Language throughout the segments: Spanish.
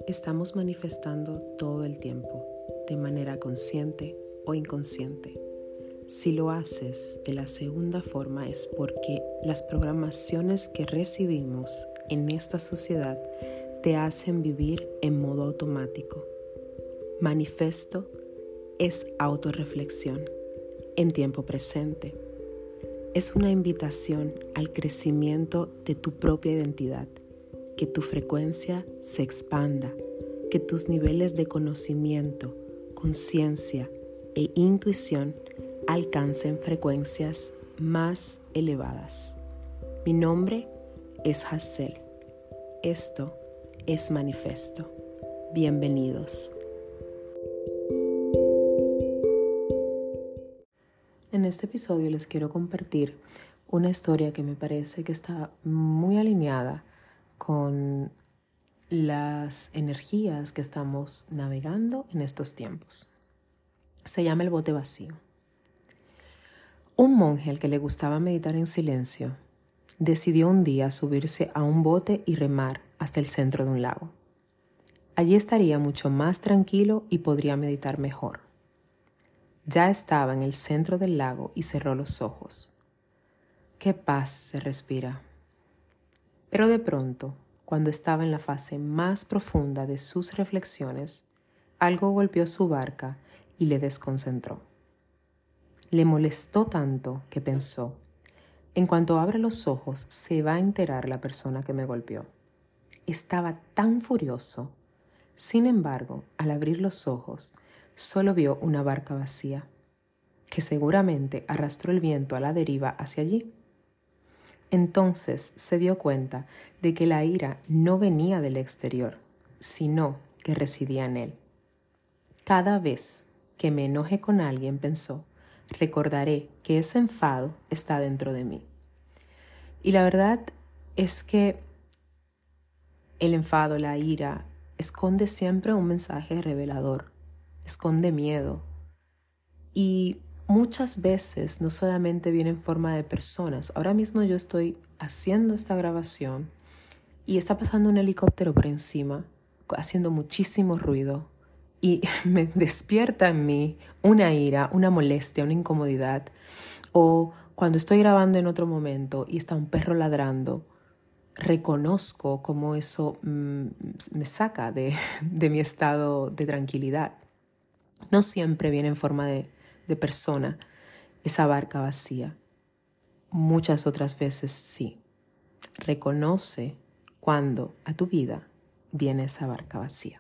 Estamos manifestando todo el tiempo, de manera consciente o inconsciente. Si lo haces de la segunda forma es porque las programaciones que recibimos en esta sociedad te hacen vivir en modo automático. Manifesto es autorreflexión en tiempo presente. Es una invitación al crecimiento de tu propia identidad, que tu frecuencia se expanda, que tus niveles de conocimiento, conciencia e intuición alcancen frecuencias más elevadas. Mi nombre es Hazel. Esto es Manifesto. Bienvenidos. En este episodio les quiero compartir una historia que me parece que está muy alineada con las energías que estamos navegando en estos tiempos. Se llama El bote vacío. Un monje al que le gustaba meditar en silencio decidió un día subirse a un bote y remar hasta el centro de un lago. Allí estaría mucho más tranquilo y podría meditar mejor. Ya estaba en el centro del lago y cerró los ojos. ¡Qué paz se respira! Pero de pronto, cuando estaba en la fase más profunda de sus reflexiones, algo golpeó su barca y le desconcentró. Le molestó tanto que pensó, en cuanto abra los ojos se va a enterar la persona que me golpeó. Estaba tan furioso. Sin embargo, al abrir los ojos, solo vio una barca vacía, que seguramente arrastró el viento a la deriva hacia allí. Entonces se dio cuenta de que la ira no venía del exterior, sino que residía en él. Cada vez que me enoje con alguien, pensó, recordaré que ese enfado está dentro de mí. Y la verdad es que el enfado, la ira, esconde siempre un mensaje revelador, esconde miedo. Y muchas veces no solamente viene en forma de personas. Ahora mismo yo estoy haciendo esta grabación y está pasando un helicóptero por encima, haciendo muchísimo ruido y me despierta en mí una ira, una molestia, una incomodidad. O cuando estoy grabando en otro momento y está un perro ladrando, reconozco cómo eso me saca de mi estado de tranquilidad. No siempre viene en forma de persona, esa barca vacía. Muchas otras veces sí. Reconoce cuando a tu vida viene esa barca vacía.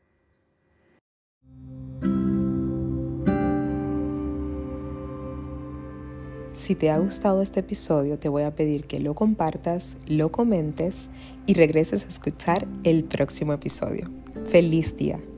Si te ha gustado este episodio, te voy a pedir que lo compartas, lo comentes y regreses a escuchar el próximo episodio. ¡Feliz día!